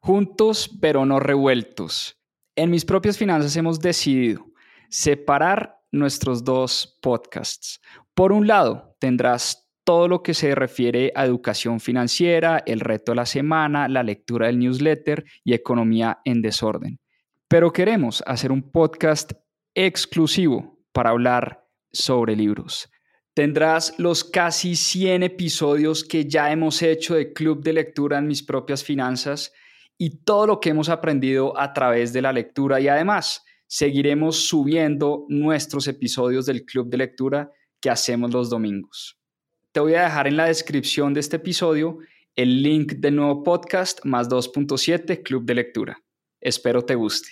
Juntos pero no revueltos. En Mis Propias Finanzas hemos decidido separar nuestros dos podcasts. Por un lado, tendrás todo lo que se refiere a educación financiera, el reto de la semana, la lectura del newsletter y economía en desorden. Pero queremos hacer un podcast exclusivo para hablar sobre libros. Tendrás los casi 100 episodios que ya hemos hecho de Club de Lectura en Mis Propias Finanzas y todo lo que hemos aprendido a través de la lectura, y además seguiremos subiendo nuestros episodios del Club de Lectura que hacemos los domingos. Te voy a dejar en la descripción de este episodio el link del nuevo podcast más 2.7 Club de Lectura. Espero te guste.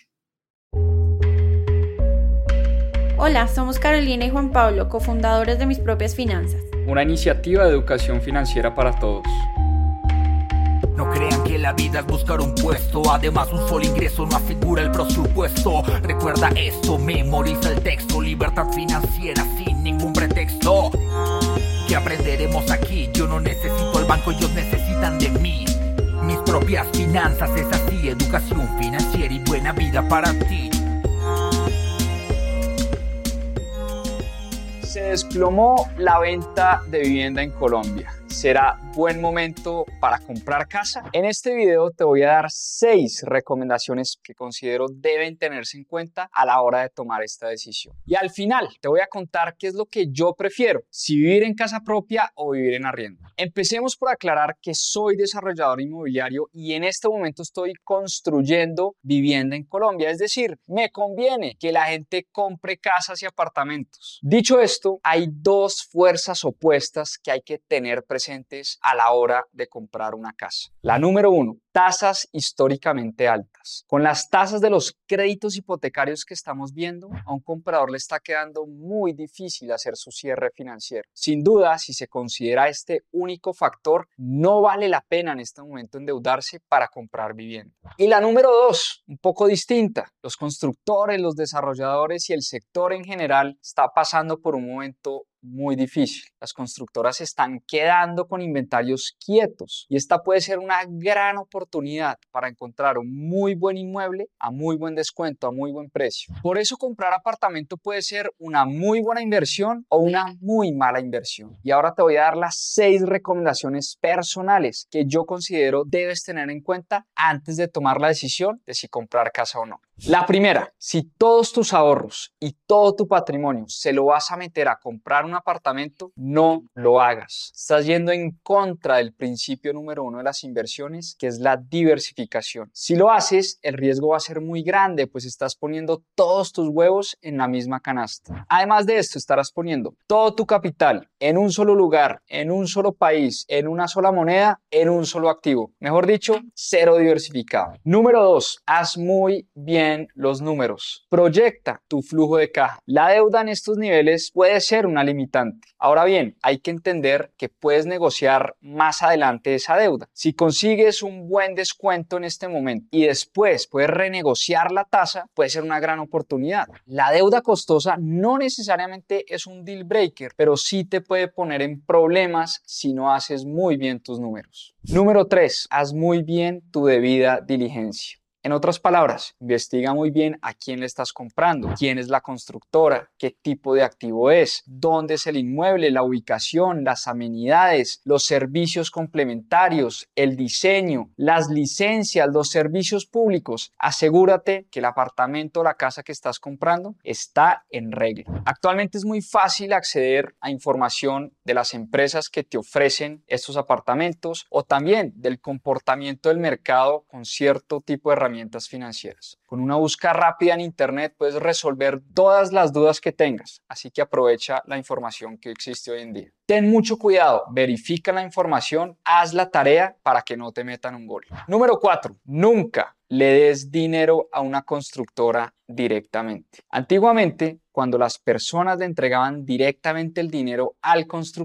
Hola, somos Carolina y Juan Pablo, cofundadores de Mis Propias Finanzas. Una iniciativa de educación financiera para todos. No crean que la vida es buscar un puesto. Además, un solo ingreso no asegura el presupuesto. Recuerda esto, memoriza el texto. Libertad financiera sin ningún pretexto. ¿Qué aprenderemos aquí? Yo no necesito al banco, ellos necesitan de mí. Mis Propias Finanzas es así. Educación financiera y buena vida para ti. Se desplomó la venta de vivienda en Colombia. ¿Será buen momento para comprar casa? En este video te voy a dar 6 recomendaciones que considero deben tenerse en cuenta a la hora de tomar esta decisión. Y al final te voy a contar qué es lo que yo prefiero, si vivir en casa propia o vivir en arriendo. Empecemos por aclarar que soy desarrollador inmobiliario y en este momento estoy construyendo vivienda en Colombia. Es decir, me conviene que la gente compre casas y apartamentos. Dicho esto, hay dos fuerzas opuestas que hay que tener presentes a la hora de comprar una casa. La número 1, tasas históricamente altas. Con las tasas de los créditos hipotecarios que estamos viendo, a un comprador le está quedando muy difícil hacer su cierre financiero. Sin duda, si se considera este único factor, no vale la pena en este momento endeudarse para comprar vivienda. Y la número 2, un poco distinta. Los constructores, los desarrolladores y el sector en general está pasando por un momento muy difícil. Las constructoras se están quedando con inventarios quietos y esta puede ser una gran oportunidad para encontrar un muy buen inmueble a muy buen descuento, a muy buen precio. Por eso comprar apartamento puede ser una muy buena inversión o una muy mala inversión. Y ahora te voy a dar las 6 recomendaciones personales que yo considero debes tener en cuenta antes de tomar la decisión de si comprar casa o no. La primera, si todos tus ahorros y todo tu patrimonio se lo vas a meter a comprar un apartamento, no lo hagas. Estás yendo en contra del principio número 1 de las inversiones, que es la diversificación. Si lo haces, el riesgo va a ser muy grande, pues estás poniendo todos tus huevos en la misma canasta. Además de esto, estarás poniendo todo tu capital en un solo lugar, en un solo país, en una sola moneda, en un solo activo. Mejor dicho, cero diversificado. Número 2, haz muy bien los números. Proyecta tu flujo de caja. La deuda en estos niveles puede ser una limitante. Ahora bien, hay que entender que puedes negociar más adelante esa deuda. Si consigues un buen descuento en este momento y después puedes renegociar la tasa, puede ser una gran oportunidad. La deuda costosa no necesariamente es un deal breaker, pero sí te puede poner en problemas si no haces muy bien tus números. Número 3, haz muy bien tu debida diligencia. En otras palabras, investiga muy bien a quién le estás comprando, quién es la constructora, qué tipo de activo es, dónde es el inmueble, la ubicación, las amenidades, los servicios complementarios, el diseño, las licencias, los servicios públicos. Asegúrate que el apartamento o la casa que estás comprando está en regla. Actualmente es muy fácil acceder a información de las empresas que te ofrecen estos apartamentos o también del comportamiento del mercado con cierto tipo de herramientas financieras. Con una búsqueda rápida en internet puedes resolver todas las dudas que tengas, así que aprovecha la información que existe hoy en día. Ten mucho cuidado, verifica la información, haz la tarea para que no te metan un gol. Número 4, nunca le des dinero a una constructora directamente. Antiguamente, cuando las personas le entregaban directamente el dinero al constructor,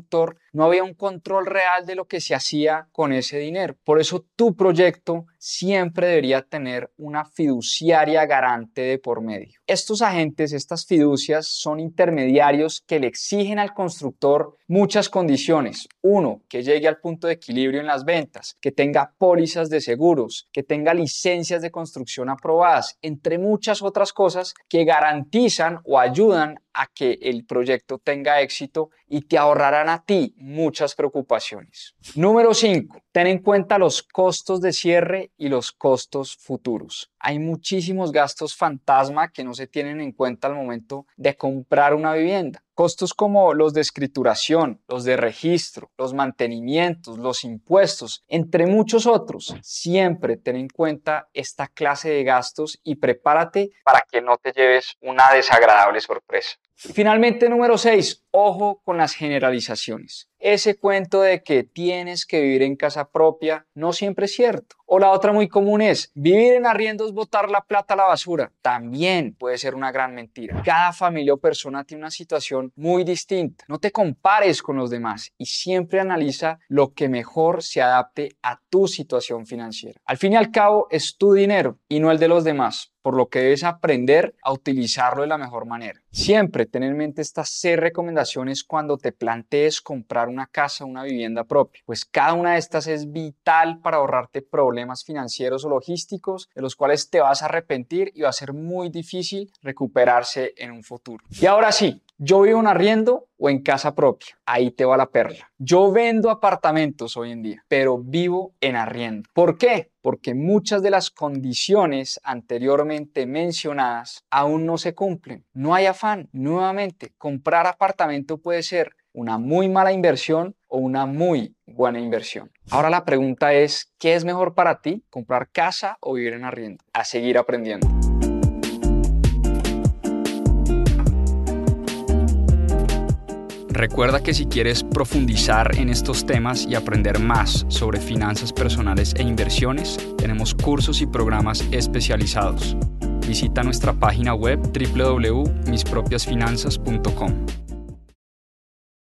no había un control real de lo que se hacía con ese dinero. Por eso tu proyecto siempre debería tener una fiduciaria garante de por medio. Estos agentes, estas fiducias, son intermediarios que le exigen al constructor muchas condiciones. Uno, que llegue al punto de equilibrio en las ventas, que tenga pólizas de seguros, que tenga licencias de construcción aprobadas, entre muchas otras cosas que garantizan o ayudan a que el proyecto tenga éxito y te ahorrarán a ti muchas preocupaciones. Número 5. Ten en cuenta los costos de cierre y los costos futuros. Hay muchísimos gastos fantasma que no se tienen en cuenta al momento de comprar una vivienda. Costos como los de escrituración, los de registro, los mantenimientos, los impuestos, entre muchos otros. Siempre ten en cuenta esta clase de gastos y prepárate para que no te lleves una desagradable sorpresa. Finalmente, número 6, ojo con las generalizaciones. Ese cuento de que tienes que vivir en casa propia no siempre es cierto. O la otra muy común es, vivir en arriendo es botar la plata a la basura. También puede ser una gran mentira. Cada familia o persona tiene una situación muy distinta. No te compares con los demás y siempre analiza lo que mejor se adapte a tu situación financiera. Al fin y al cabo, es tu dinero y no el de los demás, por lo que debes aprender a utilizarlo de la mejor manera. Siempre ten en mente estas 6 recomendaciones cuando te plantees comprar una casa o una vivienda propia, pues cada una de estas es vital para ahorrarte problemas financieros o logísticos de los cuales te vas a arrepentir y va a ser muy difícil recuperarse en un futuro. Y ahora sí, ¿yo vivo en arriendo o en casa propia? Ahí te va la perla. Yo vendo apartamentos hoy en día, pero vivo en arriendo. ¿Por qué? Porque muchas de las condiciones anteriormente mencionadas aún no se cumplen. No hay afán. Nuevamente, comprar apartamento puede ser una muy mala inversión o una muy buena inversión. Ahora la pregunta es, ¿qué es mejor para ti? ¿Comprar casa o vivir en arriendo? A seguir aprendiendo. Recuerda que si quieres profundizar en estos temas y aprender más sobre finanzas personales e inversiones, tenemos cursos y programas especializados. Visita nuestra página web www.mispropiasfinanzas.com.